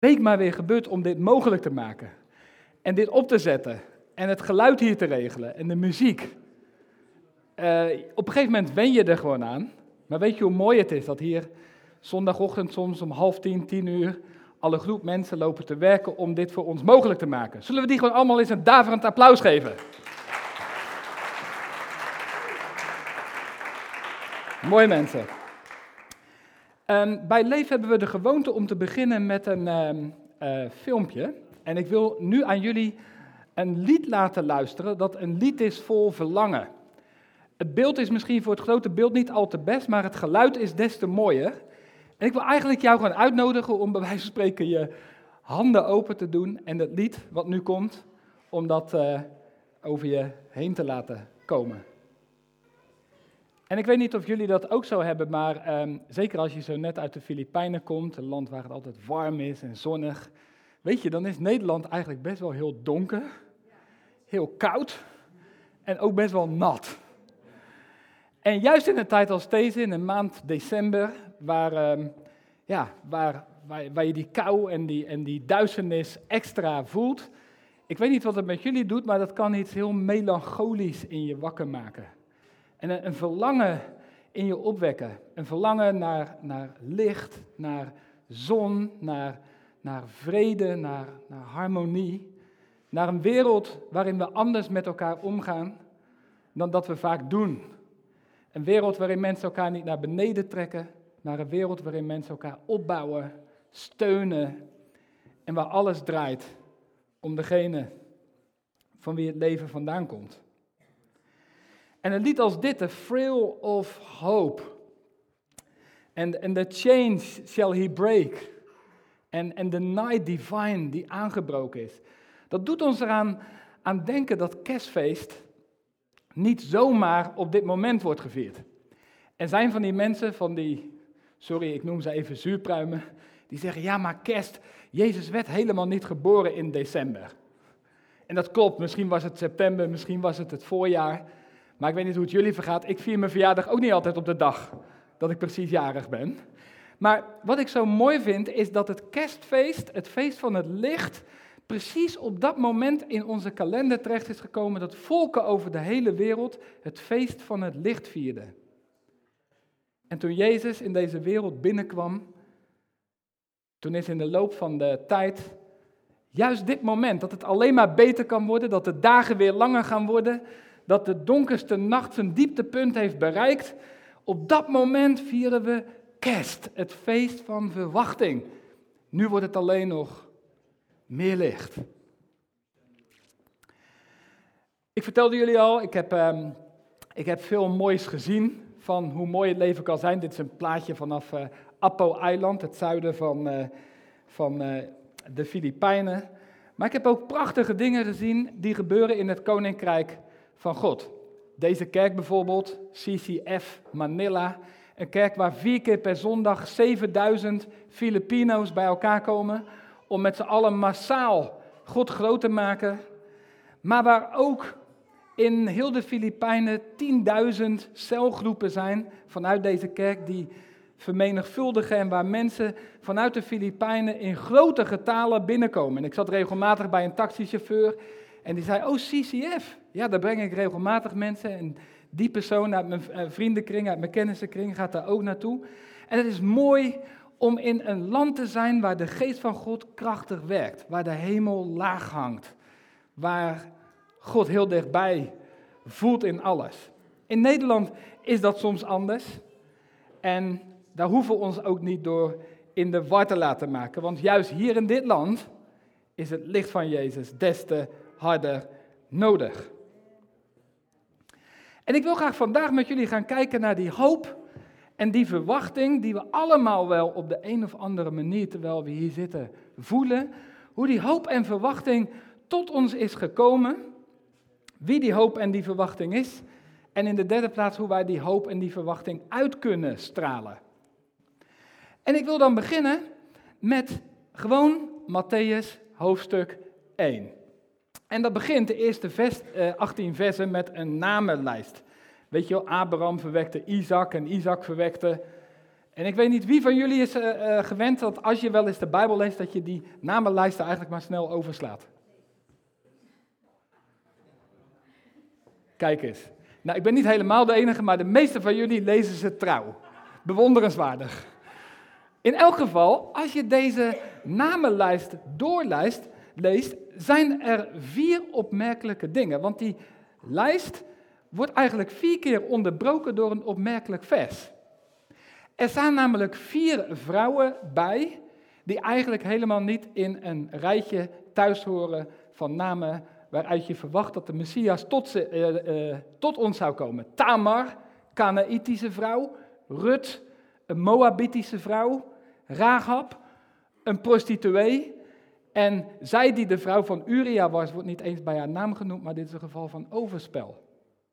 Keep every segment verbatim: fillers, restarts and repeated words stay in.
week maar weer gebeurd om dit mogelijk te maken. En dit op te zetten. En het geluid hier te regelen. En de muziek. Uh, op een gegeven moment wen je er gewoon aan. Maar weet je hoe mooi het is dat hier zondagochtend soms om half tien, tien uur... alle groep mensen lopen te werken om dit voor ons mogelijk te maken. Zullen we die gewoon allemaal eens een daverend applaus geven? Mooi mensen. Um, bij Leef hebben we de gewoonte om te beginnen met een um, uh, filmpje. En ik wil nu aan jullie een lied laten luisteren dat een lied is vol verlangen. Het beeld is misschien voor het grote beeld niet al te best, maar het geluid is des te mooier. En ik wil eigenlijk jou gewoon uitnodigen om bij wijze van spreken je handen open te doen en het lied wat nu komt, om dat uh, over je heen te laten komen. En ik weet niet of jullie dat ook zo hebben, maar um, zeker als je zo net uit de Filipijnen komt, een land waar het altijd warm is en zonnig, weet je, dan is Nederland eigenlijk best wel heel donker, heel koud en ook best wel nat. En juist in een tijd als deze, in een maand december, waar, um, ja, waar, waar, waar je die kou en die, en die duisternis extra voelt. Ik weet niet wat het met jullie doet, maar dat kan iets heel melancholisch in je wakker maken. En een, een verlangen in je opwekken. Een verlangen naar, naar licht, naar zon, naar, naar vrede, naar, naar harmonie. Naar een wereld waarin we anders met elkaar omgaan dan dat we vaak doen. Een wereld waarin mensen elkaar niet naar beneden trekken, maar een wereld waarin mensen elkaar opbouwen, steunen en waar alles draait om degene van wie het leven vandaan komt. En een lied als dit, The Thrill of Hope, en and the change shall he break, en and the night divine die aangebroken is, dat doet ons eraan aan denken dat kerstfeest niet zomaar op dit moment wordt gevierd. Er zijn van die mensen, van die, sorry, ik noem ze even zuurpruimen, die zeggen, ja, maar kerst, Jezus werd helemaal niet geboren in december. En dat klopt, misschien was het september, misschien was het het voorjaar, maar ik weet niet hoe het jullie vergaat, ik vier mijn verjaardag ook niet altijd op de dag dat ik precies jarig ben. Maar wat ik zo mooi vind, is dat het kerstfeest, het feest van het licht, precies op dat moment in onze kalender terecht is gekomen dat volken over de hele wereld het feest van het licht vierden. En toen Jezus in deze wereld binnenkwam, toen is in de loop van de tijd juist dit moment dat het alleen maar beter kan worden, dat de dagen weer langer gaan worden, dat de donkerste nacht zijn dieptepunt heeft bereikt, op dat moment vieren we kerst, het feest van verwachting. Nu wordt het alleen nog meer licht. Ik vertelde jullie al, ik heb, um, ik heb veel moois gezien van hoe mooi het leven kan zijn. Dit is een plaatje vanaf uh, Apo-eiland, het zuiden van, uh, van uh, de Filipijnen. Maar ik heb ook prachtige dingen gezien die gebeuren in het Koninkrijk van God. Deze kerk bijvoorbeeld, C C F Manila, een kerk waar vier keer per zondag zevenduizend Filipino's bij elkaar komen om met z'n allen massaal God groot te maken, maar waar ook in heel de Filipijnen tienduizend celgroepen zijn vanuit deze kerk die vermenigvuldigen en waar mensen vanuit de Filipijnen in grote getalen binnenkomen. En ik zat regelmatig bij een taxichauffeur en die zei, oh C C F, ja daar breng ik regelmatig mensen en die persoon uit mijn vriendenkring, uit mijn kennissenkring gaat daar ook naartoe. En het is mooi om in een land te zijn waar de geest van God krachtig werkt, waar de hemel laag hangt, waar God heel dichtbij voelt in alles. In Nederland is dat soms anders en daar hoeven we ons ook niet door in de war te laten maken, want juist hier in dit land is het licht van Jezus des te harder nodig. En ik wil graag vandaag met jullie gaan kijken naar die hoop en die verwachting die we allemaal wel op de een of andere manier, terwijl we hier zitten, voelen. Hoe die hoop en verwachting tot ons is gekomen. Wie die hoop en die verwachting is. En in de derde plaats hoe wij die hoop en die verwachting uit kunnen stralen. En ik wil dan beginnen met gewoon Mattheüs hoofdstuk één. En dat begint de eerste vers, eh, achttien versen met een namenlijst. Weet je wel, Abraham verwekte Isaac en Isaac verwekte En ik weet niet wie van jullie is uh, uh, gewend dat als je wel eens de Bijbel leest, dat je die namenlijsten eigenlijk maar snel overslaat. Kijk eens. Nou, ik ben niet helemaal de enige, maar de meeste van jullie lezen ze trouw. Bewonderenswaardig. In elk geval, als je deze namenlijst doorlijst, leest, zijn er vier opmerkelijke dingen. Want die lijst wordt eigenlijk vier keer onderbroken door een opmerkelijk vers. Er staan namelijk vier vrouwen bij die eigenlijk helemaal niet in een rijtje thuis horen van namen waaruit je verwacht dat de Messias tot, ze, uh, uh, tot ons zou komen. Tamar, Kanaïtische vrouw, Rut, een Moabitische vrouw, Rahab, een prostituee. En zij die de vrouw van Uria was, wordt niet eens bij haar naam genoemd, maar dit is een geval van overspel.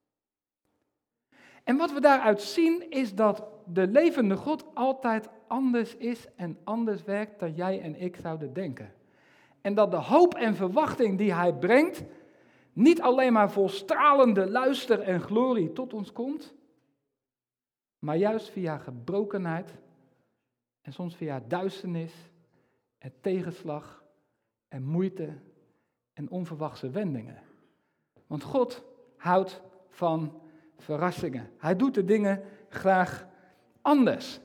En wat we daaruit zien is dat de levende God altijd anders is en anders werkt dan jij en ik zouden denken. En dat de hoop en verwachting die hij brengt, niet alleen maar vol stralende luister en glorie tot ons komt, maar juist via gebrokenheid en soms via duisternis en tegenslag en moeite en onverwachte wendingen. Want God houdt van verrassingen. Hij doet de dingen graag anders.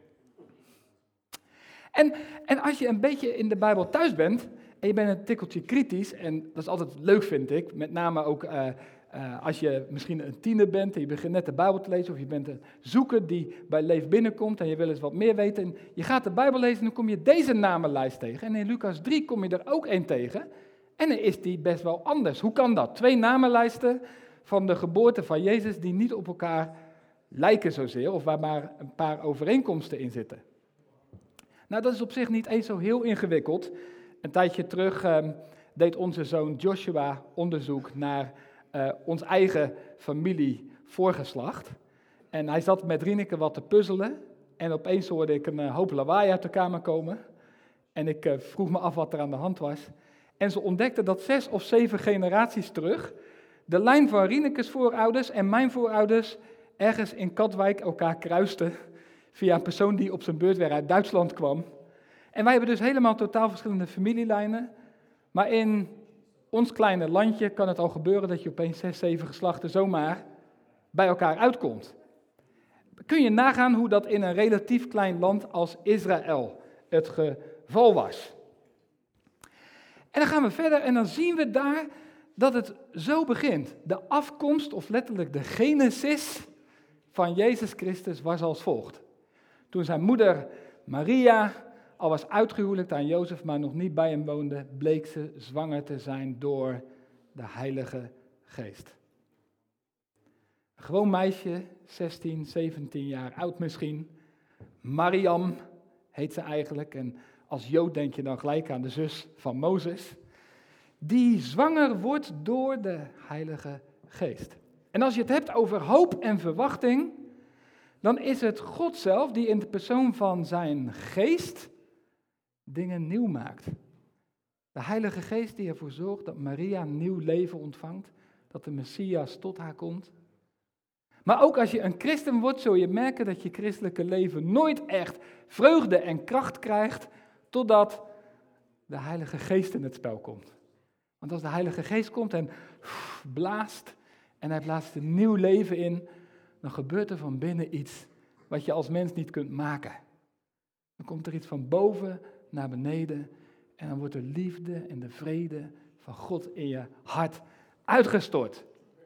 En, en als je een beetje in de Bijbel thuis bent en je bent een tikkeltje kritisch, en dat is altijd leuk vind ik, met name ook uh, uh, als je misschien een tiener bent en je begint net de Bijbel te lezen, of je bent een zoeker die bij Leef binnenkomt en je wil eens wat meer weten. En je gaat de Bijbel lezen en dan kom je deze namenlijst tegen. En in Lucas drie kom je er ook één tegen. En dan is die best wel anders. Hoe kan dat? Twee namenlijsten van de geboorte van Jezus die niet op elkaar lijken zozeer, of waar maar een paar overeenkomsten in zitten. Nou, dat is op zich niet eens zo heel ingewikkeld. Een tijdje terug um, deed onze zoon Joshua onderzoek naar uh, ons eigen familievoorgeslacht. En hij zat met Rieneke wat te puzzelen. En opeens hoorde ik een uh, hoop lawaai uit de kamer komen. En ik uh, vroeg me af wat er aan de hand was. En ze ontdekte dat zes of zeven generaties terug de lijn van Rieneke's voorouders en mijn voorouders ergens in Katwijk elkaar kruisten via een persoon die op zijn beurt weer uit Duitsland kwam. En wij hebben dus helemaal totaal verschillende familielijnen. Maar in ons kleine landje kan het al gebeuren dat je opeens zes, zeven geslachten zomaar bij elkaar uitkomt. Kun je nagaan hoe dat in een relatief klein land als Israël het geval was. En dan gaan we verder en dan zien we daar dat het zo begint. De afkomst, of letterlijk de genesis van Jezus Christus was als volgt. Toen zijn moeder Maria al was uitgehuwelijkd aan Jozef, maar nog niet bij hem woonde, bleek ze zwanger te zijn door de Heilige Geest. Een gewoon meisje, zestien, zeventien jaar oud misschien. Mariam heet ze eigenlijk. En als Jood denk je dan gelijk aan de zus van Mozes. Die zwanger wordt door de Heilige Geest. En als je het hebt over hoop en verwachting, dan is het God zelf die in de persoon van zijn geest dingen nieuw maakt. De Heilige Geest die ervoor zorgt dat Maria nieuw leven ontvangt, dat de Messias tot haar komt. Maar ook als je een christen wordt, zul je merken dat je christelijke leven nooit echt vreugde en kracht krijgt, totdat de Heilige Geest in het spel komt. Want als de Heilige Geest komt en blaast, en hij blaast een nieuw leven in, dan gebeurt er van binnen iets wat je als mens niet kunt maken. Dan komt er iets van boven naar beneden en dan wordt de liefde en de vrede van God in je hart uitgestort.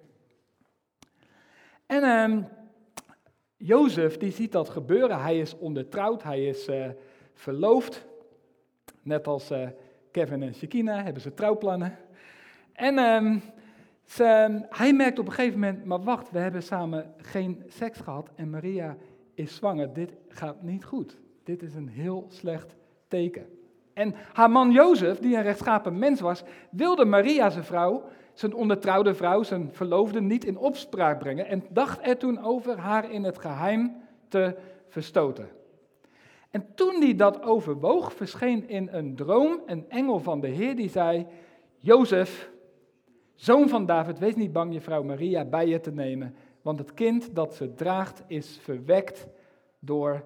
En um, Jozef die ziet dat gebeuren. Hij is ondertrouwd, hij is uh, verloofd. Net als uh, Kevin en Shekina hebben ze trouwplannen. En um, ze, hij merkt op een gegeven moment, maar wacht, we hebben samen geen seks gehad en Maria is zwanger. Dit gaat niet goed. Dit is een heel slecht teken. En haar man Jozef, die een rechtschapen mens was, wilde Maria, zijn vrouw, zijn ondertrouwde vrouw, zijn verloofde, niet in opspraak brengen en dacht er toen over haar in het geheim te verstoten. En toen hij dat overwoog, verscheen in een droom een engel van de Heer die zei: Jozef, zoon van David, wees niet bang je vrouw Maria bij je te nemen, want het kind dat ze draagt is verwekt door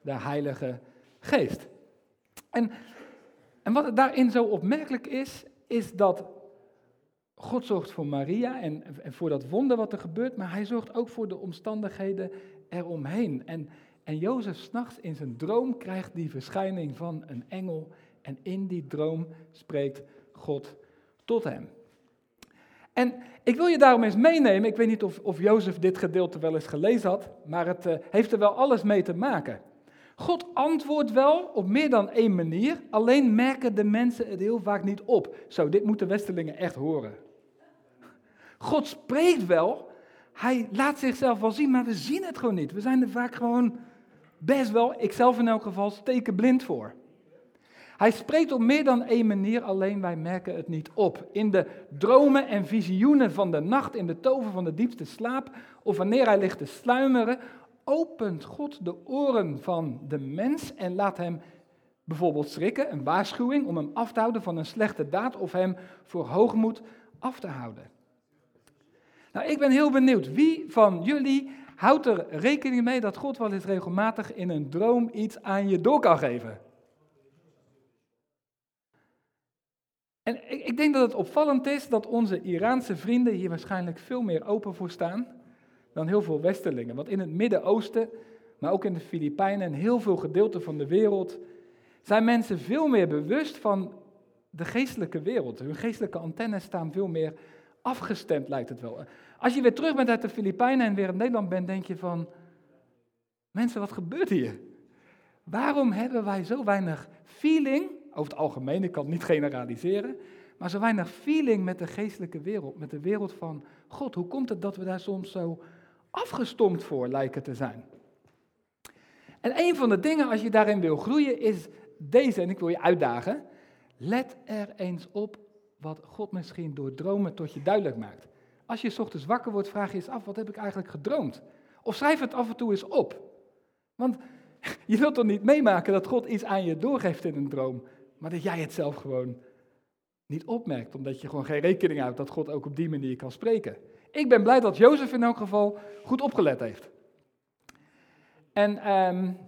de Heilige Geest. En, en wat daarin zo opmerkelijk is, is dat God zorgt voor Maria en, en voor dat wonder wat er gebeurt, maar hij zorgt ook voor de omstandigheden eromheen. En, en Jozef 's nachts in zijn droom krijgt die verschijning van een engel en in die droom spreekt God tot hem. En ik wil je daarom eens meenemen, ik weet niet of, of Jozef dit gedeelte wel eens gelezen had, maar het uh, heeft er wel alles mee te maken. God antwoordt wel op meer dan één manier, alleen merken de mensen het heel vaak niet op. Zo, dit moeten Westerlingen echt horen. God spreekt wel, hij laat zichzelf wel zien, maar we zien het gewoon niet. We zijn er vaak gewoon best wel, ikzelf in elk geval, stekenblind voor. Hij spreekt op meer dan één manier, alleen wij merken het niet op. In de dromen en visioenen van de nacht, in de toven van de diepste slaap, of wanneer hij ligt te sluimeren, opent God de oren van de mens en laat hem bijvoorbeeld schrikken, een waarschuwing om hem af te houden van een slechte daad of hem voor hoogmoed af te houden. Nou, ik ben heel benieuwd, wie van jullie houdt er rekening mee dat God wel eens regelmatig in een droom iets aan je door kan geven? En ik, ik denk dat het opvallend is dat onze Iraanse vrienden hier waarschijnlijk veel meer open voor staan dan heel veel Westerlingen. Want in het Midden-Oosten, maar ook in de Filipijnen en heel veel gedeelten van de wereld, zijn mensen veel meer bewust van de geestelijke wereld. Hun geestelijke antennes staan veel meer afgestemd, lijkt het wel. Als je weer terug bent uit de Filipijnen en weer in Nederland bent, denk je van, mensen, wat gebeurt hier? Waarom hebben wij zo weinig feeling, over het algemeen, ik kan het niet generaliseren, maar zo weinig feeling met de geestelijke wereld, met de wereld van God? Hoe komt het dat we daar soms zo afgestompt voor lijken te zijn? En een van de dingen, als je daarin wil groeien, is deze, en ik wil je uitdagen, let er eens op wat God misschien door dromen tot je duidelijk maakt. Als je 's ochtends wakker wordt, vraag je eens af, wat heb ik eigenlijk gedroomd? Of schrijf het af en toe eens op. Want je wilt toch niet meemaken dat God iets aan je doorgeeft in een droom, maar dat jij het zelf gewoon niet opmerkt, omdat je gewoon geen rekening houdt dat God ook op die manier kan spreken. Ik ben blij dat Jozef in elk geval goed opgelet heeft. En um,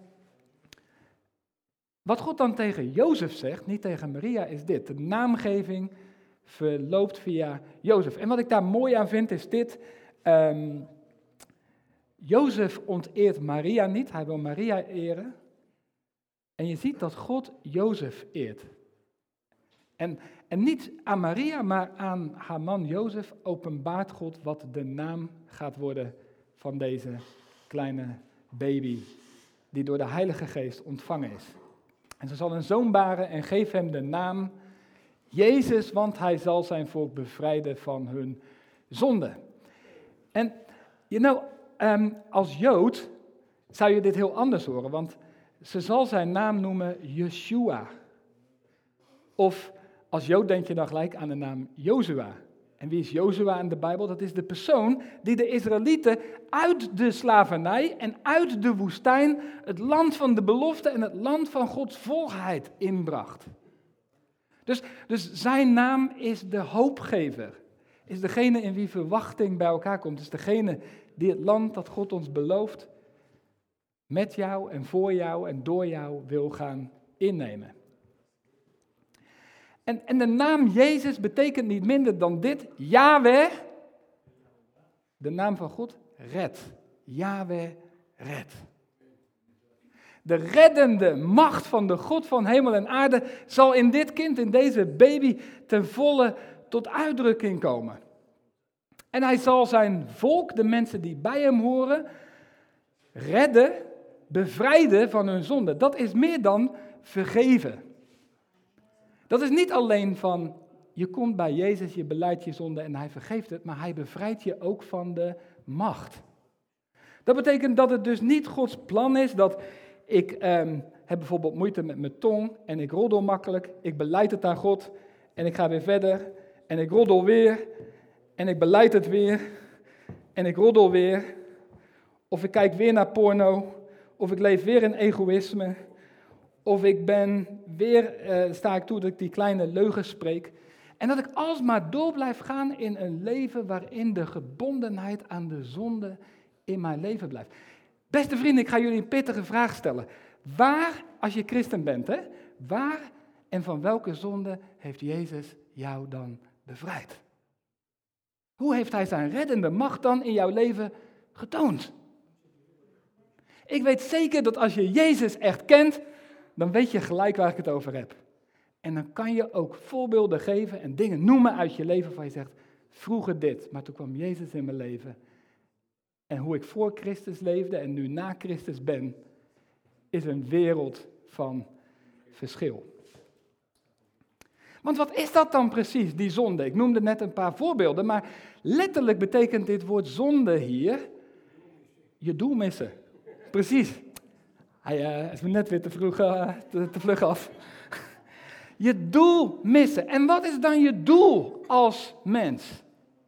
wat God dan tegen Jozef zegt, niet tegen Maria, is dit. De naamgeving verloopt via Jozef. En wat ik daar mooi aan vind is dit. Um, Jozef onteert Maria niet, hij wil Maria eren. En je ziet dat God Jozef eert. En, en niet aan Maria, maar aan haar man Jozef openbaart God wat de naam gaat worden van deze kleine baby, die door de Heilige Geest ontvangen is. En ze zal een zoon baren en geef hem de naam Jezus, want hij zal zijn volk bevrijden van hun zonde. En, you know, um, als Jood zou je dit heel anders horen, want ze zal zijn naam noemen Yeshua. Of als Jood denk je dan gelijk aan de naam Jozua. En wie is Jozua in de Bijbel? Dat is de persoon die de Israëlieten uit de slavernij en uit de woestijn het land van de belofte en het land van Gods volheid inbracht. Dus, dus zijn naam is de hoopgever. Is degene in wie verwachting bij elkaar komt. Is degene die het land dat God ons belooft met jou en voor jou en door jou wil gaan innemen. En, en de naam Jezus betekent niet minder dan dit. Yahweh, de naam van God, red. Yahweh, red. De reddende macht van de God van hemel en aarde zal in dit kind, in deze baby, ten volle tot uitdrukking komen. En hij zal zijn volk, de mensen die bij hem horen, redden, bevrijden van hun zonde. Dat is meer dan vergeven. Dat is niet alleen van, je komt bij Jezus, je belijdt je zonde en hij vergeeft het, maar hij bevrijdt je ook van de macht. Dat betekent dat het dus niet Gods plan is dat ik um, heb bijvoorbeeld moeite met mijn tong en ik roddel makkelijk, ik belijd het aan God en ik ga weer verder en ik roddel weer en ik belijd het weer en ik roddel weer. Of ik kijk weer naar porno, of ik leef weer in egoïsme. Of ik ben weer, uh, sta ik toe dat ik die kleine leugens spreek. En dat ik alsmaar door blijf gaan in een leven waarin de gebondenheid aan de zonde in mijn leven blijft. Beste vrienden, ik ga jullie een pittige vraag stellen. Waar, als je christen bent, hè, waar en van welke zonde heeft Jezus jou dan bevrijd? Hoe heeft hij zijn reddende macht dan in jouw leven getoond? Ik weet zeker dat als je Jezus echt kent, dan weet je gelijk waar ik het over heb. En dan kan je ook voorbeelden geven en dingen noemen uit je leven waar je zegt, vroeger dit, maar toen kwam Jezus in mijn leven. En hoe ik voor Christus leefde en nu na Christus ben, is een wereld van verschil. Want wat is dat dan precies, die zonde? Ik noemde net een paar voorbeelden, maar letterlijk betekent dit woord zonde hier je doel missen. Precies. Hij uh, is me net weer te, vroeg, uh, te, te vlug af. Je doel missen. En wat is dan je doel als mens?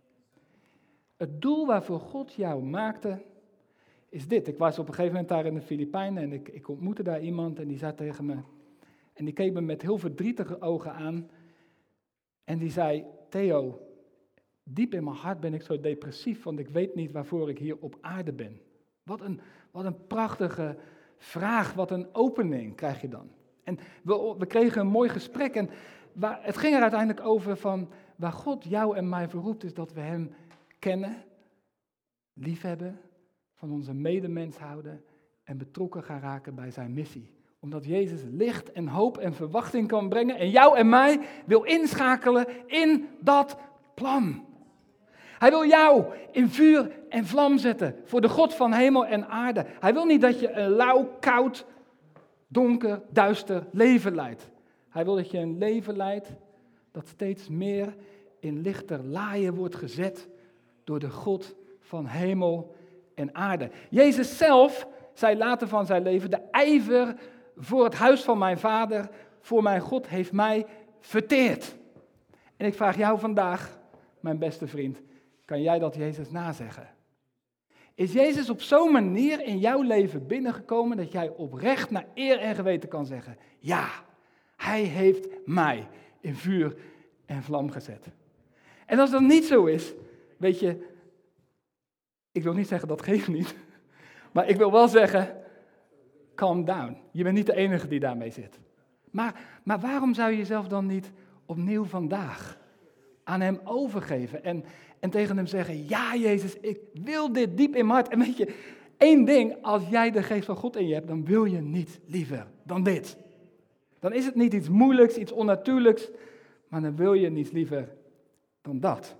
Het doel waarvoor God jou maakte, is dit. Ik was op een gegeven moment daar in de Filipijnen en ik, ik ontmoette daar iemand en die zei tegen me, en die keek me met heel verdrietige ogen aan en die zei, Theo, diep in mijn hart ben ik zo depressief, want ik weet niet waarvoor ik hier op aarde ben. Wat een, wat een prachtige vraag, wat een opening krijg je dan. En we, we kregen een mooi gesprek en waar, het ging er uiteindelijk over van waar God jou en mij verroept is dat we hem kennen, liefhebben, van onze medemens houden en betrokken gaan raken bij zijn missie. Omdat Jezus licht en hoop en verwachting kan brengen en jou en mij wil inschakelen in dat plan. Hij wil jou in vuur en vlam zetten voor de God van hemel en aarde. Hij wil niet dat je een lauw, koud, donker, duister leven leidt. Hij wil dat je een leven leidt dat steeds meer in lichter laaien wordt gezet door de God van hemel en aarde. Jezus zelf zei later van zijn leven, de ijver voor het huis van mijn vader, voor mijn God, heeft mij verteerd. En ik vraag jou vandaag, mijn beste vriend, kan jij dat Jezus nazeggen? Is Jezus op zo'n manier in jouw leven binnengekomen dat jij oprecht naar eer en geweten kan zeggen, ja, hij heeft mij in vuur en vlam gezet. En als dat niet zo is, weet je, ik wil niet zeggen dat geeft niet, maar ik wil wel zeggen, calm down. Je bent niet de enige die daarmee zit. Maar, maar waarom zou je jezelf dan niet opnieuw vandaag aan hem overgeven en, en tegen hem zeggen, ja Jezus, ik wil dit diep in mijn hart. En weet je, één ding, als jij de geest van God in je hebt, dan wil je niet liever dan dit. Dan is het niet iets moeilijks, iets onnatuurlijks, maar dan wil je niets liever dan dat.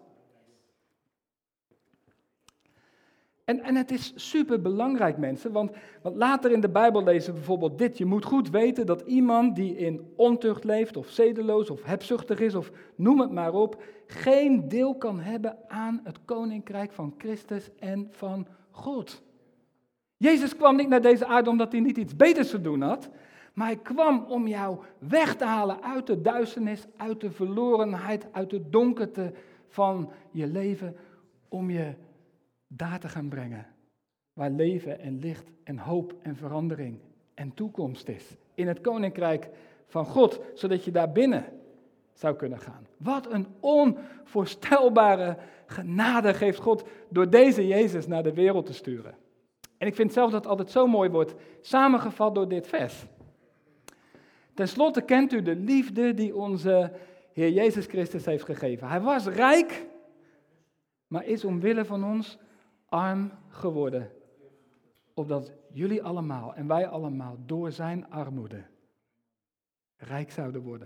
En, en het is super belangrijk, mensen, want, want later in de Bijbel lezen we bijvoorbeeld dit. Je moet goed weten dat iemand die in ontucht leeft, of zedeloos, of hebzuchtig is, of noem het maar op, geen deel kan hebben aan het koninkrijk van Christus en van God. Jezus kwam niet naar deze aarde omdat hij niet iets beters te doen had, maar hij kwam om jou weg te halen uit de duisternis, uit de verlorenheid, uit de donkerte van je leven, om je daar te gaan brengen, waar leven en licht en hoop en verandering en toekomst is. In het koninkrijk van God, zodat je daar binnen zou kunnen gaan. Wat een onvoorstelbare genade geeft God door deze Jezus naar de wereld te sturen. En ik vind zelf dat het altijd zo mooi wordt samengevat door dit vers. Ten slotte kent u de liefde die onze Heer Jezus Christus heeft gegeven. Hij was rijk, maar is omwille van ons arm geworden, opdat jullie allemaal en wij allemaal door zijn armoede rijk zouden worden.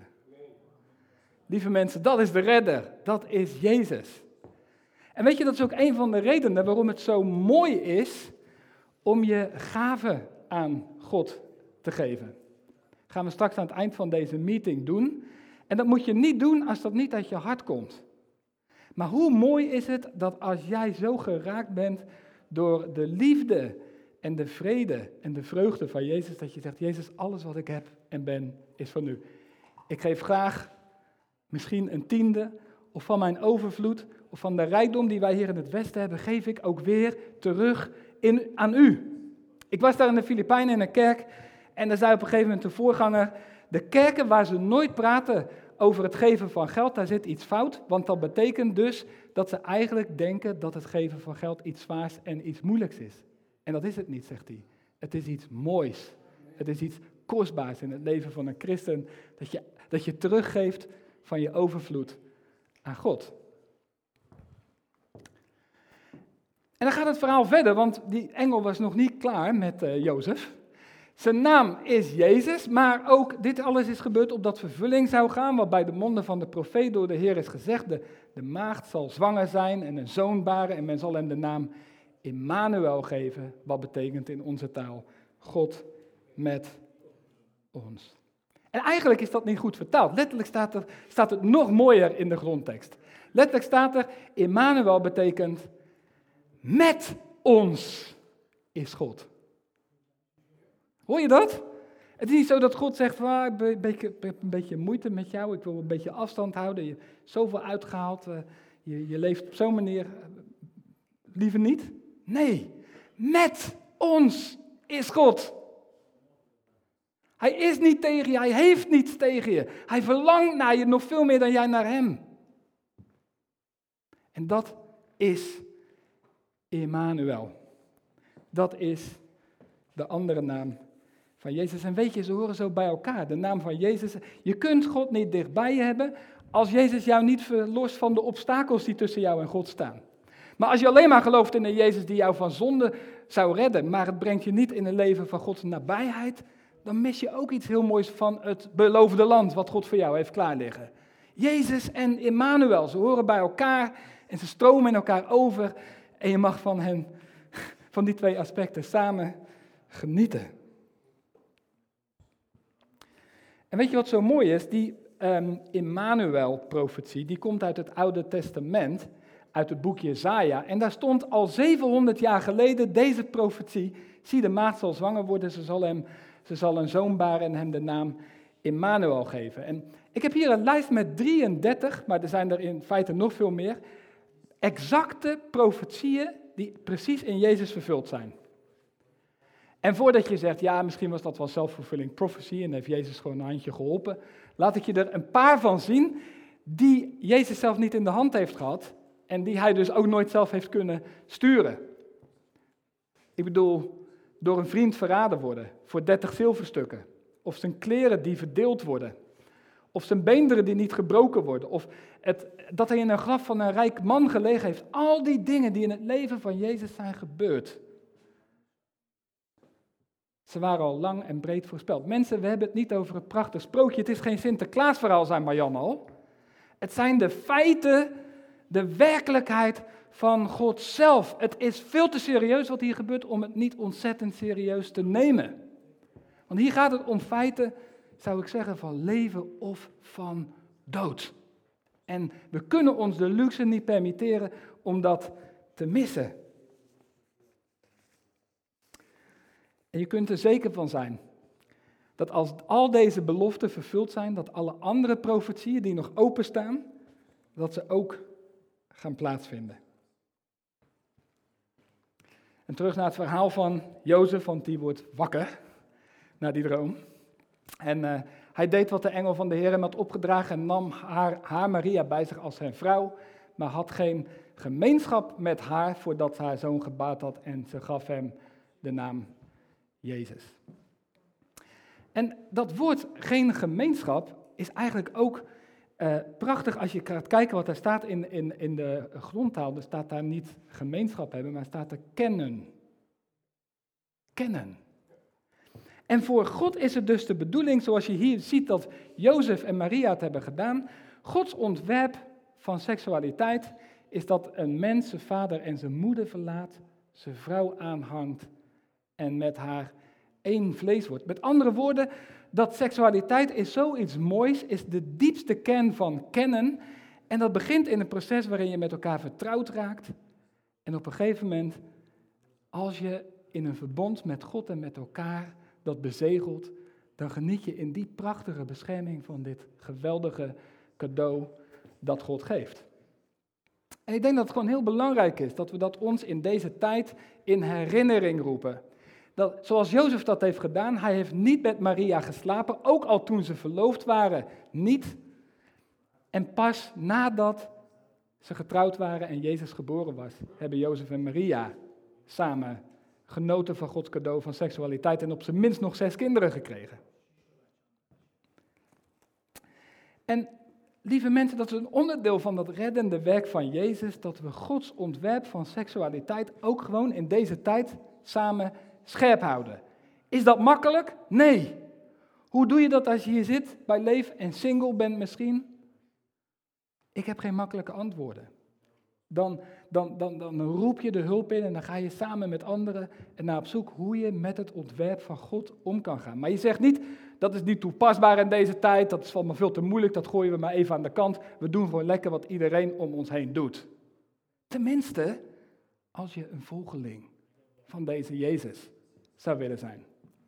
Lieve mensen, dat is de redder, dat is Jezus. En weet je, dat is ook een van de redenen waarom het zo mooi is om je gaven aan God te geven. Dat gaan we straks aan het eind van deze meeting doen. En dat moet je niet doen als dat niet uit je hart komt. Maar hoe mooi is het dat als jij zo geraakt bent door de liefde en de vrede en de vreugde van Jezus, dat je zegt, Jezus, alles wat ik heb en ben, is van u. Ik geef graag misschien een tiende, of van mijn overvloed, of van de rijkdom die wij hier in het Westen hebben, geef ik ook weer terug in, aan u. Ik was daar in de Filipijnen in een kerk, en daar zei op een gegeven moment de voorganger, de kerken waar ze nooit praten over het geven van geld, daar zit iets fout, want dat betekent dus dat ze eigenlijk denken dat het geven van geld iets zwaars en iets moeilijks is. En dat is het niet, zegt hij. Het is iets moois Het is iets kostbaars in het leven van een christen, dat je, dat je teruggeeft van je overvloed aan God. En dan gaat het verhaal verder, want die engel was nog niet klaar met uh, Jozef. Zijn naam is Jezus, maar ook dit alles is gebeurd opdat vervulling zou gaan, wat bij de monden van de profeet door de Heer is gezegd. De, de maagd zal zwanger zijn en een zoon baren en men zal hem de naam Immanuel geven, wat betekent in onze taal God met ons. En eigenlijk is dat niet goed vertaald. Letterlijk staat, er, staat het nog mooier in de grondtekst. Letterlijk staat er, Immanuel betekent met ons is God. Hoor je dat? Het is niet zo dat God zegt, ah, ik, ben een beetje, ik heb een beetje moeite met jou, ik wil een beetje afstand houden, je hebt zoveel uitgehaald, uh, je, je leeft op zo'n manier. Uh, liever niet? Nee, met ons is God. Hij is niet tegen je, hij heeft niets tegen je. Hij verlangt naar je nog veel meer dan jij naar hem. En dat is Immanuel. Dat is de andere naam van Jezus. En weet je, ze horen zo bij elkaar. De naam van Jezus. Je kunt God niet dichtbij je hebben als Jezus jou niet verlost van de obstakels die tussen jou en God staan. Maar als je alleen maar gelooft in een Jezus die jou van zonde zou redden, maar het brengt je niet in een leven van Gods nabijheid, dan mis je ook iets heel moois van het beloofde land wat God voor jou heeft klaarliggen. Jezus en Immanuel, ze horen bij elkaar en ze stromen in elkaar over en je mag van hen, van die twee aspecten samen genieten. En weet je wat zo mooi is? Die um, Immanuel-profetie, die komt uit het Oude Testament, uit het boek Jesaja. En daar stond al zevenhonderd jaar geleden deze profetie. Zie, de maagd zal zwanger worden, ze zal, hem, ze zal een zoon baren en hem de naam Immanuel geven. En ik heb hier een lijst met drieëndertig, maar er zijn er in feite nog veel meer, exacte profetieën die precies in Jezus vervuld zijn. En voordat je zegt, ja, misschien was dat wel self-fulfilling prophecy en heeft Jezus gewoon een handje geholpen, laat ik je er een paar van zien die Jezus zelf niet in de hand heeft gehad en die hij dus ook nooit zelf heeft kunnen sturen. Ik bedoel, door een vriend verraden worden voor dertig zilverstukken, of zijn kleren die verdeeld worden, of zijn beenderen die niet gebroken worden, of het, dat hij in een graf van een rijk man gelegen heeft. Al die dingen die in het leven van Jezus zijn gebeurd. Ze waren al lang en breed voorspeld. Mensen, we hebben het niet over een prachtig sprookje. Het is geen Sinterklaasverhaal, zei Marjan al. Het zijn de feiten, de werkelijkheid van God zelf. Het is veel te serieus wat hier gebeurt om het niet ontzettend serieus te nemen. Want hier gaat het om feiten, zou ik zeggen, van leven of van dood. En we kunnen ons de luxe niet permitteren om dat te missen. En je kunt er zeker van zijn dat als al deze beloften vervuld zijn, dat alle andere profetieën die nog openstaan, dat ze ook gaan plaatsvinden. En terug naar het verhaal van Jozef, want die wordt wakker na die droom. En uh, hij deed wat de engel van de Heer hem had opgedragen en nam haar, haar Maria bij zich als zijn vrouw, maar had geen gemeenschap met haar voordat haar zoon gebaard had en ze gaf hem de naam Jezus. En dat woord geen gemeenschap is eigenlijk ook uh, prachtig als je gaat kijken wat er staat in, in, in de grondtaal. Er staat daar niet gemeenschap hebben, maar staat er kennen. Kennen. En voor God is het dus de bedoeling, zoals je hier ziet dat Jozef en Maria het hebben gedaan. Gods ontwerp van seksualiteit is dat een mens zijn vader en zijn moeder verlaat, zijn vrouw aanhangt en met haar één vlees wordt. Met andere woorden, dat seksualiteit is zoiets moois, is de diepste kern van kennen. En dat begint in een proces waarin je met elkaar vertrouwd raakt. En op een gegeven moment, als je in een verbond met God en met elkaar dat bezegelt, dan geniet je in die prachtige bescherming van dit geweldige cadeau dat God geeft. En ik denk dat het gewoon heel belangrijk is dat we dat ons in deze tijd in herinnering roepen. Dat, zoals Jozef dat heeft gedaan, hij heeft niet met Maria geslapen, ook al toen ze verloofd waren, niet. En pas nadat ze getrouwd waren en Jezus geboren was, hebben Jozef en Maria samen genoten van Gods cadeau van seksualiteit en op zijn minst nog zes kinderen gekregen. En lieve mensen, dat is een onderdeel van dat reddende werk van Jezus, dat we Gods ontwerp van seksualiteit ook gewoon in deze tijd samen scherp houden. Is dat makkelijk? Nee. Hoe doe je dat als je hier zit bij Leef en single bent misschien? Ik heb geen makkelijke antwoorden. Dan, dan, dan, dan roep je de hulp in en dan ga je samen met anderen en naar op zoek hoe je met het ontwerp van God om kan gaan. Maar je zegt niet, dat is niet toepasbaar in deze tijd, dat is allemaal veel te moeilijk, dat gooien we maar even aan de kant. We doen gewoon lekker wat iedereen om ons heen doet. Tenminste, als je een volgeling van deze Jezus zou willen zijn.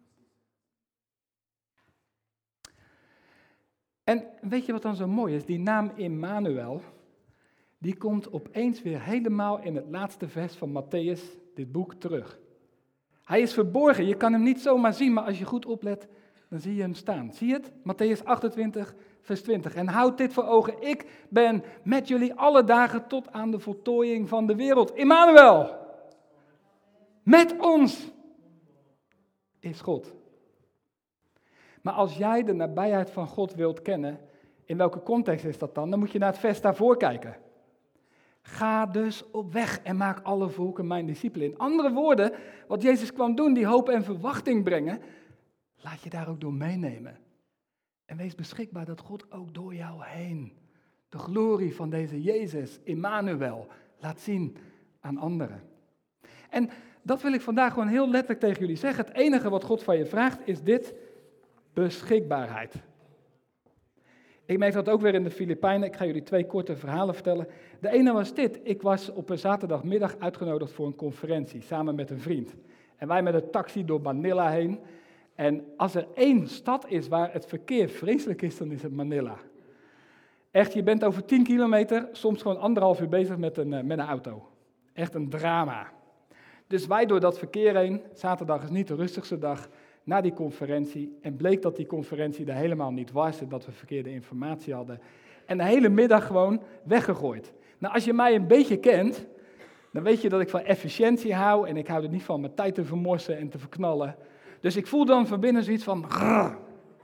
En weet je wat dan zo mooi is? Die naam Immanuel, die komt opeens weer helemaal in het laatste vers van Matthäus, dit boek, terug. Hij is verborgen, je kan hem niet zomaar zien, maar als je goed oplet, dan zie je hem staan. Zie je het? Matthäus achtentwintig, vers twintig. En houd dit voor ogen, ik ben met jullie alle dagen tot aan de voltooiing van de wereld. Immanuel, met ons is God. Maar als jij de nabijheid van God wilt kennen, in welke context is dat dan? Dan moet je naar het vers daarvoor kijken. Ga dus op weg en maak alle volken mijn discipelen. In andere woorden, wat Jezus kwam doen, die hoop en verwachting brengen, laat je daar ook door meenemen. En wees beschikbaar dat God ook door jou heen de glorie van deze Jezus, Immanuel, laat zien aan anderen. En dat wil ik vandaag gewoon heel letterlijk tegen jullie zeggen. Het enige wat God van je vraagt is dit: beschikbaarheid. Ik merk dat ook weer in de Filipijnen. Ik ga jullie twee korte verhalen vertellen. De ene was dit. Ik was op een zaterdagmiddag uitgenodigd voor een conferentie, samen met een vriend. En wij met een taxi door Manila heen. En als er één stad is waar het verkeer vreselijk is, dan is het Manila. Echt, je bent over tien kilometer, soms gewoon anderhalf uur bezig met een, met een auto. Echt een drama. Dus wij door dat verkeer heen, zaterdag is niet de rustigste dag, naar die conferentie. En bleek dat die conferentie er helemaal niet was en dat we verkeerde informatie hadden. En de hele middag gewoon weggegooid. Nou, als je mij een beetje kent, dan weet je dat ik van efficiëntie hou. En ik hou er niet van mijn tijd te vermorsen en te verknallen. Dus ik voel dan van binnen zoiets van... Grrr.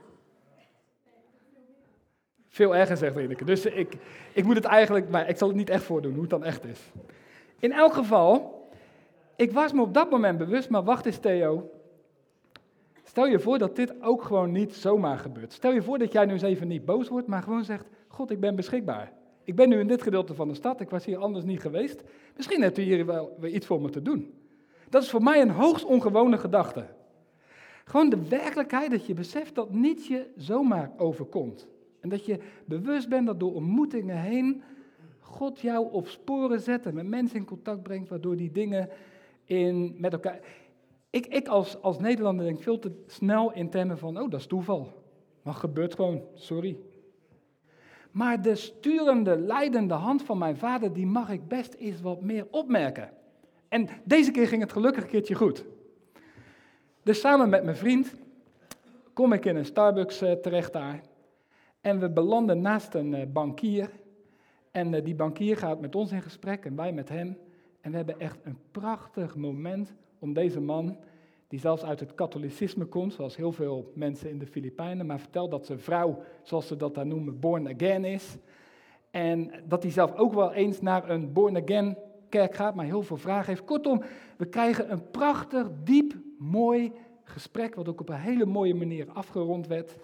Veel erger, zegt Rieneke. Dus ik, ik moet het eigenlijk... Maar ik zal het niet echt voordoen, hoe het dan echt is. In elk geval, ik was me op dat moment bewust, maar wacht eens Theo. Stel je voor dat dit ook gewoon niet zomaar gebeurt. Stel je voor dat jij nu eens even niet boos wordt, maar gewoon zegt, God, ik ben beschikbaar. Ik ben nu in dit gedeelte van de stad, ik was hier anders niet geweest. Misschien hebt u hier wel weer iets voor me te doen. Dat is voor mij een hoogst ongewone gedachte. Gewoon de werkelijkheid dat je beseft dat niets je zomaar overkomt. En dat je bewust bent dat door ontmoetingen heen God jou op sporen zet en met mensen in contact brengt, waardoor die dingen in, met elkaar... Ik, ik als, als Nederlander denk veel te snel in termen van, oh, dat is toeval. Maar gebeurt gewoon, sorry. Maar de sturende, leidende hand van mijn vader, die mag ik best eens wat meer opmerken. En deze keer ging het gelukkig een keertje goed. Dus samen met mijn vriend kom ik in een Starbucks uh, terecht daar. En we belanden naast een uh, bankier. En uh, die bankier gaat met ons in gesprek en wij met hem. En we hebben echt een prachtig moment om deze man, die zelfs uit het katholicisme komt, zoals heel veel mensen in de Filipijnen, maar vertelt dat zijn vrouw, zoals ze dat daar noemen, born again is. En dat hij zelf ook wel eens naar een born again kerk gaat, maar heel veel vragen heeft. Kortom, we krijgen een prachtig, diep, mooi gesprek, wat ook op een hele mooie manier afgerond werd.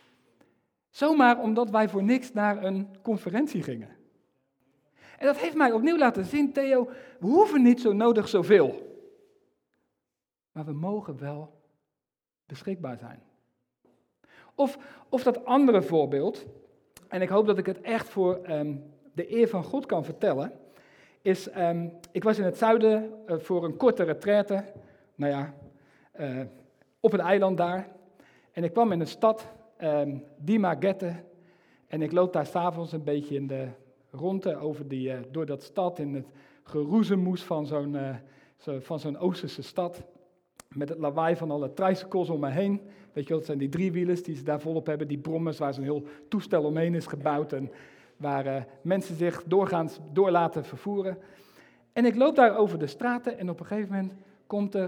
Zomaar omdat wij voor niks naar een conferentie gingen. En dat heeft mij opnieuw laten zien, Theo, we hoeven niet zo nodig zoveel. Maar we mogen wel beschikbaar zijn. Of, of dat andere voorbeeld, en ik hoop dat ik het echt voor um, de eer van God kan vertellen, is, um, ik was in het zuiden uh, voor een korte retraite, nou ja, uh, op een eiland daar. En ik kwam in een stad, um, Dumaguete, en ik loop daar s'avonds een beetje in de ronde over die, uh, door dat stad, in het geroezemoes van zo'n, uh, zo, van zo'n Oosterse stad. Met het lawaai van alle tricycles om me heen. Weet je wel, dat zijn die driewielers die ze daar volop hebben, die brommers waar zo'n heel toestel omheen is gebouwd en waar uh, mensen zich doorgaans door laten vervoeren. En ik loop daar over de straten en op een gegeven moment komt er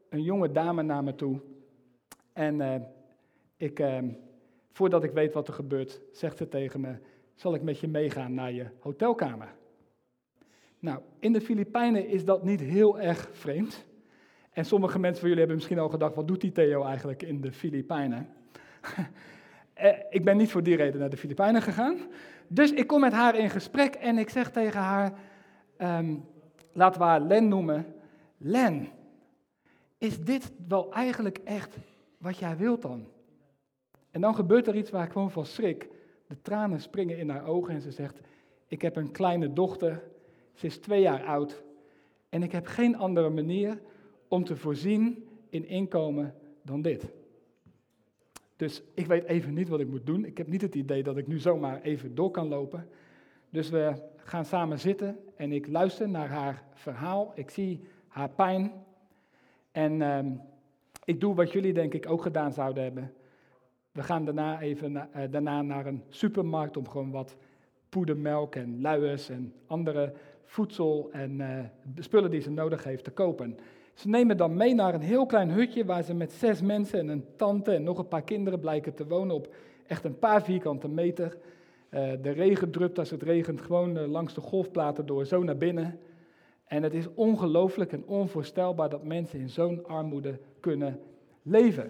een jonge dame naar me toe. En uh, ik, uh, voordat ik weet wat er gebeurt, zegt ze tegen me, zal ik met je meegaan naar je hotelkamer? Nou, in de Filipijnen is dat niet heel erg vreemd. En sommige mensen van jullie hebben misschien al gedacht, wat doet die Theo eigenlijk in de Filipijnen? Ik ben niet voor die reden naar de Filipijnen gegaan. Dus ik kom met haar in gesprek en ik zeg tegen haar, um, laten we haar Len noemen. Len, is dit wel eigenlijk echt wat jij wilt dan? En dan gebeurt er iets waar ik gewoon van schrik. De tranen springen in haar ogen en ze zegt, ik heb een kleine dochter, ze is twee jaar oud en ik heb geen andere manier om te voorzien in inkomen dan dit. Dus ik weet even niet wat ik moet doen. Ik heb niet het idee dat ik nu zomaar even door kan lopen. Dus we gaan samen zitten en ik luister naar haar verhaal. Ik zie haar pijn. En um, ik doe wat jullie denk ik ook gedaan zouden hebben. We gaan daarna even na, uh, daarna naar een supermarkt om gewoon wat poedermelk en luiers en andere voedsel en uh, spullen die ze nodig heeft te kopen. Ze nemen dan mee naar een heel klein hutje waar ze met zes mensen en een tante en nog een paar kinderen blijken te wonen op echt een paar vierkante meter. Uh, de regen drupt als het regent gewoon uh, langs de golfplaten door, zo naar binnen. En het is ongelooflijk en onvoorstelbaar dat mensen in zo'n armoede kunnen leven.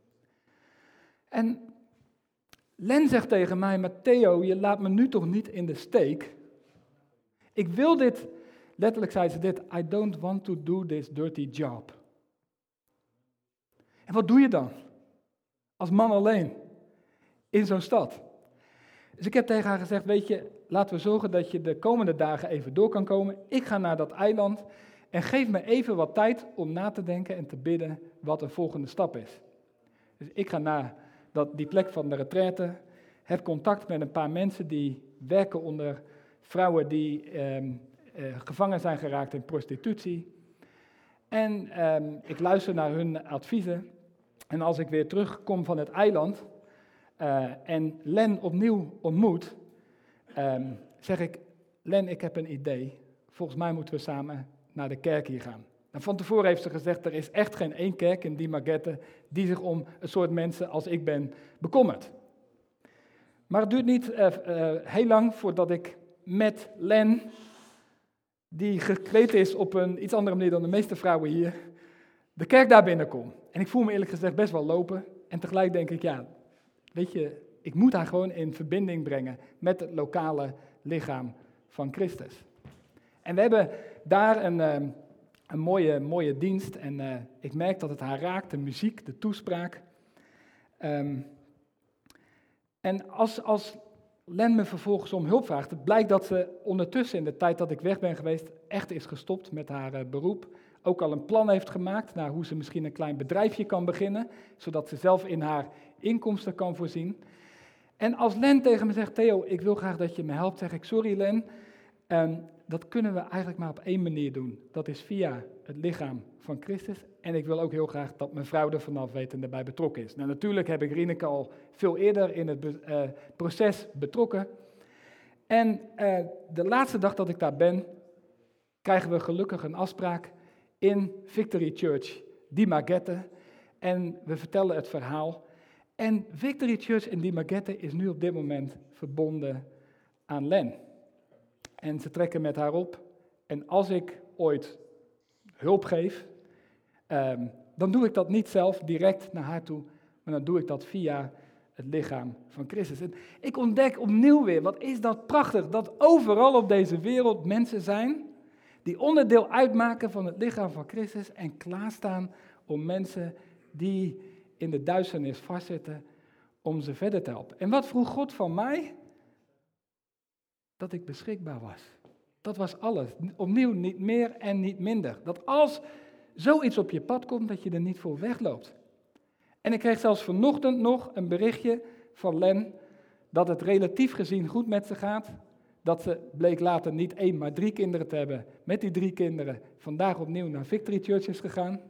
En Len zegt tegen mij, maar Theo, je laat me nu toch niet in de steek? Ik wil dit, letterlijk zei ze dit, I don't want to do this dirty job. En wat doe je dan? Als man alleen, in zo'n stad. Dus ik heb tegen haar gezegd, weet je, laten we zorgen dat je de komende dagen even door kan komen. Ik ga naar dat eiland en geef me even wat tijd om na te denken en te bidden wat een volgende stap is. Dus ik ga naar dat, die plek van de retraite, heb contact met een paar mensen die werken onder vrouwen die eh, eh, gevangen zijn geraakt in prostitutie. En eh, ik luister naar hun adviezen. En als ik weer terugkom van het eiland uh, en Len opnieuw ontmoet, um, zeg ik, Len, ik heb een idee. Volgens mij moeten we samen naar de kerk hier gaan. En van tevoren heeft ze gezegd, er is echt geen één kerk in Dimaguete die zich om een soort mensen als ik ben bekommert. Maar het duurt niet uh, uh, heel lang voordat ik met Len, die gekleed is op een iets andere manier dan de meeste vrouwen hier, de kerk daar binnenkom. En ik voel me eerlijk gezegd best wel lopen. En tegelijk denk ik, ja, weet je, ik moet haar gewoon in verbinding brengen met het lokale lichaam van Christus. En we hebben daar een, um, een mooie, mooie dienst. En uh, ik merk dat het haar raakt, de muziek, de toespraak. Um, en als, als Len me vervolgens om hulp vraagt, het blijkt dat ze ondertussen in de tijd dat ik weg ben geweest echt is gestopt met haar uh, beroep. Ook al een plan heeft gemaakt naar hoe ze misschien een klein bedrijfje kan beginnen, zodat ze zelf in haar inkomsten kan voorzien. En als Len tegen me zegt, Theo, ik wil graag dat je me helpt, zeg ik, sorry Len, um, dat kunnen we eigenlijk maar op één manier doen. Dat is via het lichaam van Christus. En ik wil ook heel graag dat mijn vrouw er vanaf weet en erbij betrokken is. Nou, natuurlijk heb ik Rieneke al veel eerder in het be- uh, proces betrokken. En uh, de laatste dag dat ik daar ben, krijgen we gelukkig een afspraak in Victory Church Dimaguete. En we vertellen het verhaal. En Victory Church in Dimaguete is nu op dit moment verbonden aan Len. En ze trekken met haar op. En als ik ooit hulp geef, um, dan doe ik dat niet zelf direct naar haar toe, maar dan doe ik dat via het lichaam van Christus. En ik ontdek opnieuw weer, wat is dat prachtig, dat overal op deze wereld mensen zijn die onderdeel uitmaken van het lichaam van Christus en klaarstaan om mensen die in de duisternis vastzitten, om ze verder te helpen. En wat vroeg God van mij? Dat ik beschikbaar was. Dat was alles. Opnieuw niet meer en niet minder. Dat als zoiets op je pad komt, dat je er niet voor wegloopt. En ik kreeg zelfs vanochtend nog een berichtje van Len dat het relatief gezien goed met ze gaat. Dat ze bleek later niet één, maar drie kinderen te hebben. Met die drie kinderen vandaag opnieuw naar Victory Church is gegaan.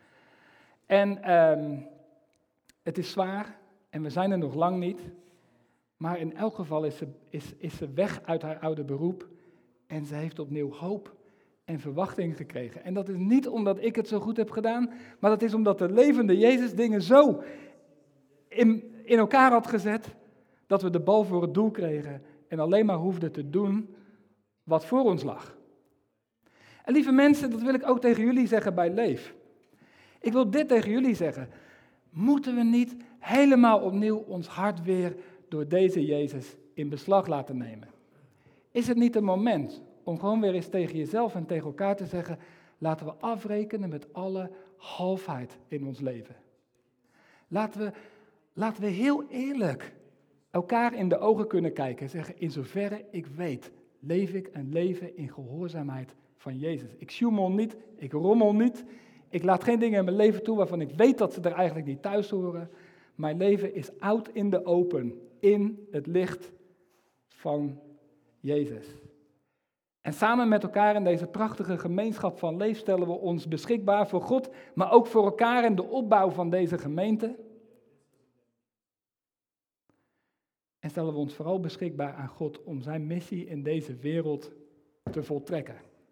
En um, het is zwaar en we zijn er nog lang niet. Maar in elk geval is ze, is, is ze weg uit haar oude beroep. En ze heeft opnieuw hoop en verwachting gekregen. En dat is niet omdat ik het zo goed heb gedaan, maar dat is omdat de levende Jezus dingen zo in, in elkaar had gezet, dat we de bal voor het doel kregen en alleen maar hoefden te doen wat voor ons lag. En lieve mensen, dat wil ik ook tegen jullie zeggen bij Leef. Ik wil dit tegen jullie zeggen. Moeten we niet helemaal opnieuw ons hart weer door deze Jezus in beslag laten nemen? Is het niet een moment om gewoon weer eens tegen jezelf en tegen elkaar te zeggen, laten we afrekenen met alle halfheid in ons leven. Laten we, laten we heel eerlijk elkaar in de ogen kunnen kijken en zeggen, in zoverre ik weet, leef ik een leven in gehoorzaamheid van Jezus. Ik sjoemel niet, ik rommel niet, ik laat geen dingen in mijn leven toe waarvan ik weet dat ze er eigenlijk niet thuis horen. Mijn leven is out in de open, in het licht van Jezus. En samen met elkaar in deze prachtige gemeenschap van Leef stellen we ons beschikbaar voor God, maar ook voor elkaar in de opbouw van deze gemeente. En stellen we ons vooral beschikbaar aan God om zijn missie in deze wereld te voltrekken.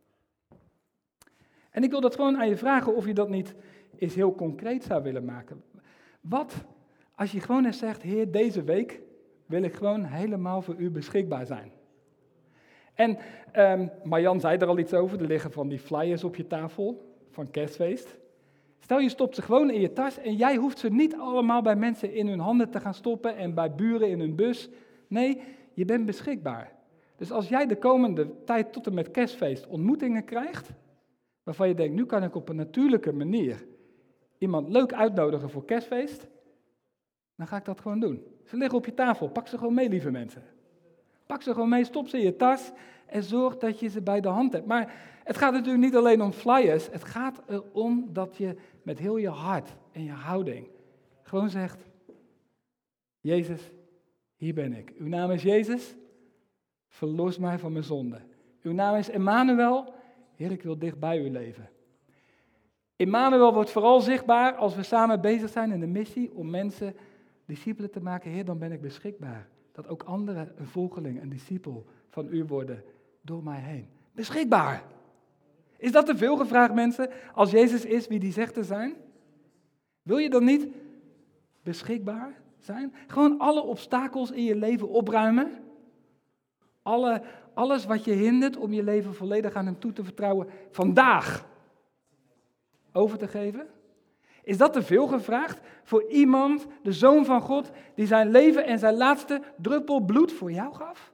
En ik wil dat gewoon aan je vragen of je dat niet eens heel concreet zou willen maken. Wat als je gewoon eens zegt, Heer, deze week wil ik gewoon helemaal voor u beschikbaar zijn. En um, Marjan zei er al iets over, er liggen van die flyers op je tafel van kerstfeest. Stel je stopt ze gewoon in je tas en jij hoeft ze niet allemaal bij mensen in hun handen te gaan stoppen en bij buren in hun bus. Nee, je bent beschikbaar. Dus als jij de komende tijd tot en met kerstfeest ontmoetingen krijgt, waarvan je denkt, nu kan ik op een natuurlijke manier iemand leuk uitnodigen voor kerstfeest, dan ga ik dat gewoon doen. Ze liggen op je tafel, pak ze gewoon mee, lieve mensen. Pak ze gewoon mee, stop ze in je tas en zorg dat je ze bij de hand hebt. Maar het gaat natuurlijk niet alleen om flyers, het gaat erom dat je met heel je hart en je houding gewoon zegt, Jezus, hier ben ik. Uw naam is Jezus, verlos mij van mijn zonde. Uw naam is Emmanuel, Heer, ik wil dicht bij u leven. Emmanuel wordt vooral zichtbaar als we samen bezig zijn in de missie om mensen discipelen te maken. Heer, dan ben ik beschikbaar. Dat ook anderen een volgeling, een discipel van u worden door mij heen. Beschikbaar. Is dat te veel gevraagd, mensen? Als Jezus is wie die zegt te zijn? Wil je dan niet beschikbaar zijn? Gewoon alle obstakels in je leven opruimen. Alle, alles wat je hindert om je leven volledig aan hem toe te vertrouwen, vandaag over te geven? Is dat te veel gevraagd voor iemand, de Zoon van God, die zijn leven en zijn laatste druppel bloed voor jou gaf?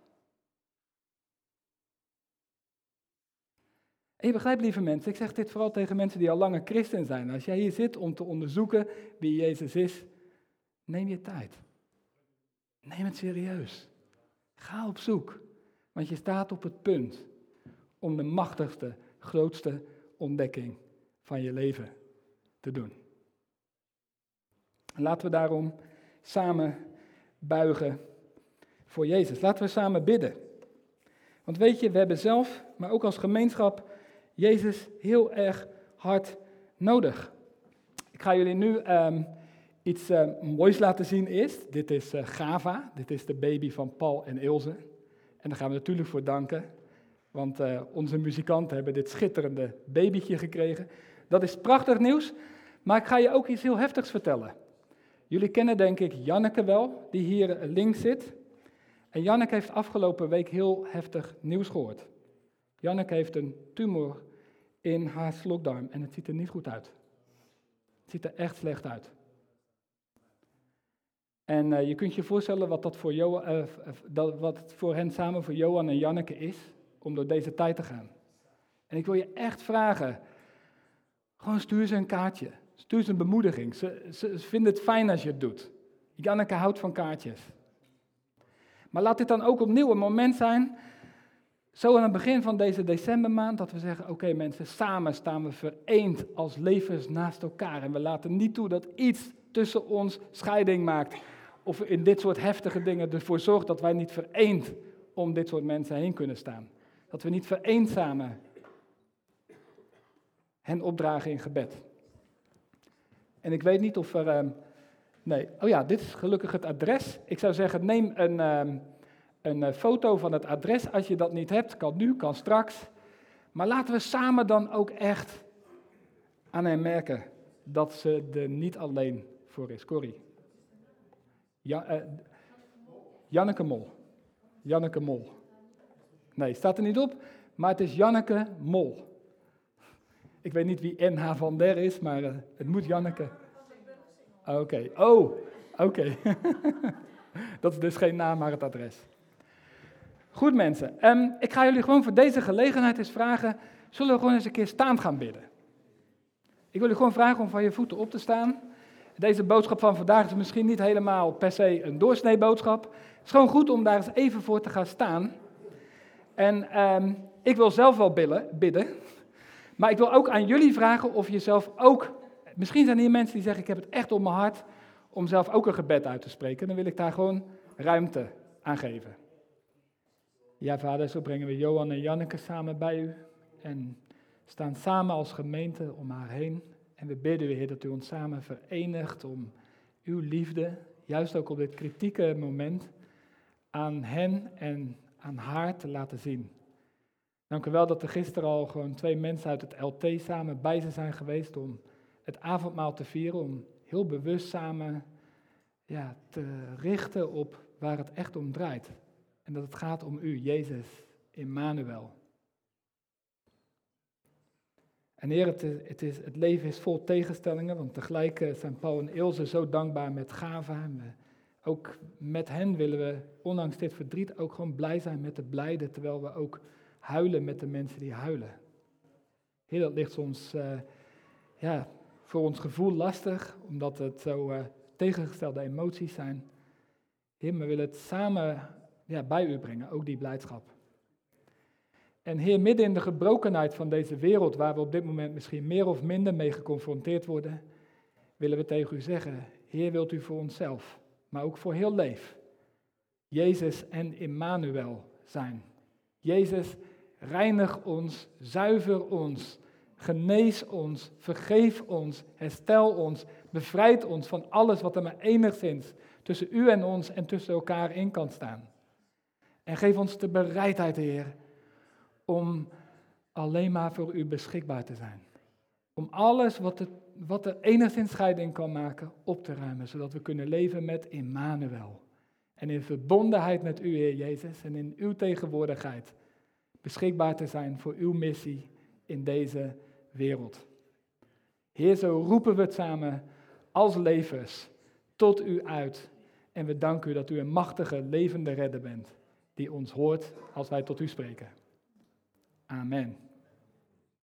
En je begrijpt, lieve mensen, ik zeg dit vooral tegen mensen die al langer christen zijn. Als jij hier zit om te onderzoeken wie Jezus is, neem je tijd. Neem het serieus. Ga op zoek, want je staat op het punt om de machtigste, grootste ontdekking van je leven te doen. En laten we daarom samen buigen voor Jezus. Laten we samen bidden. Want weet je, we hebben zelf, maar ook als gemeenschap, Jezus heel erg hard nodig. Ik ga jullie nu um, iets uh, moois laten zien eerst. Dit is uh, Gava, dit is de baby van Paul en Ilse. En daar gaan we natuurlijk voor danken, want uh, onze muzikanten hebben dit schitterende babytje gekregen. Dat is prachtig nieuws, maar ik ga je ook iets heel heftigs vertellen. Jullie kennen denk ik Janneke wel, die hier links zit. En Janneke heeft afgelopen week heel heftig nieuws gehoord. Janneke heeft een tumor in haar slokdarm en het ziet er niet goed uit. Het ziet er echt slecht uit. En uh, je kunt je voorstellen wat dat voor, Jo- uh, dat, wat het voor hen samen, voor Johan en Janneke is, om door deze tijd te gaan. En ik wil je echt vragen, gewoon stuur ze een kaartje. Stuur ze een bemoediging. Ze, ze, ze vinden het fijn als je het doet. Janneke houdt van kaartjes. Maar laat dit dan ook opnieuw een moment zijn, zo aan het begin van deze decembermaand, dat we zeggen, oké okay, mensen, samen staan we vereend als levens naast elkaar. En we laten niet toe dat iets tussen ons scheiding maakt. Of in dit soort heftige dingen ervoor zorgt dat wij niet vereend om dit soort mensen heen kunnen staan. Dat we niet vereend samen hen opdragen in gebed. En ik weet niet of er... Um, nee, oh ja, dit is gelukkig het adres. Ik zou zeggen, neem een, um, een uh, foto van het adres. Als je dat niet hebt, kan nu, kan straks. Maar laten we samen dan ook echt aan hen merken dat ze er niet alleen voor is. Corrie. Ja, uh, Janneke Mol. Janneke Mol. Nee, staat er niet op, maar het is Janneke Mol. Ik weet niet wie N H van der is, maar uh, het moet Janneke. Oké, okay. oh, oké. Okay. Dat is dus geen naam, maar het adres. Goed mensen, um, ik ga jullie gewoon voor deze gelegenheid eens vragen, zullen we gewoon eens een keer staand gaan bidden? Ik wil jullie gewoon vragen om van je voeten op te staan. Deze boodschap van vandaag is misschien niet helemaal per se een doorsnee boodschap. Het is gewoon goed om daar eens even voor te gaan staan. En um, ik wil zelf wel bidden, maar ik wil ook aan jullie vragen of je zelf ook... Misschien zijn hier mensen die zeggen, ik heb het echt op mijn hart om zelf ook een gebed uit te spreken. Dan wil ik daar gewoon ruimte aan geven. Ja, vader, zo brengen we Johan en Janneke samen bij u. En staan samen als gemeente om haar heen. En we bidden u, Heer, dat u ons samen verenigt om uw liefde, juist ook op dit kritieke moment, aan hen en aan haar te laten zien. Dank u wel dat er gisteren al gewoon twee mensen uit het L T samen bij ze zijn geweest om het avondmaal te vieren, om heel bewust samen ja, te richten op waar het echt om draait. En dat het gaat om u, Jezus, Immanuel. En Heer, het, het, is, het leven is vol tegenstellingen, want tegelijk zijn Paul en Ilse zo dankbaar met Gava. En we, ook met hen willen we, ondanks dit verdriet, ook gewoon blij zijn met de blijden, terwijl we ook huilen met de mensen die huilen. Heer, dat ligt soms uh, ja, voor ons gevoel lastig, omdat het zo uh, tegengestelde emoties zijn. Heer, we willen het samen ja, bij u brengen, ook die blijdschap. En Heer, midden in de gebrokenheid van deze wereld, waar we op dit moment misschien meer of minder mee geconfronteerd worden, willen we tegen u zeggen, Heer, wilt u voor onszelf, maar ook voor heel leef, Jezus en Immanuel zijn. Jezus, reinig ons, zuiver ons, genees ons, vergeef ons, herstel ons, bevrijd ons van alles wat er maar enigszins tussen u en ons en tussen elkaar in kan staan. En geef ons de bereidheid, Heer, om alleen maar voor u beschikbaar te zijn. Om alles wat, het, wat er enigszins scheiding kan maken, op te ruimen, zodat we kunnen leven met Immanuel. En in verbondenheid met u, Heer Jezus, en in uw tegenwoordigheid, beschikbaar te zijn voor uw missie in deze wereld. Heer, zo roepen we het samen als levers tot u uit. En we danken u dat u een machtige, levende redder bent, die ons hoort als wij tot u spreken. Amen.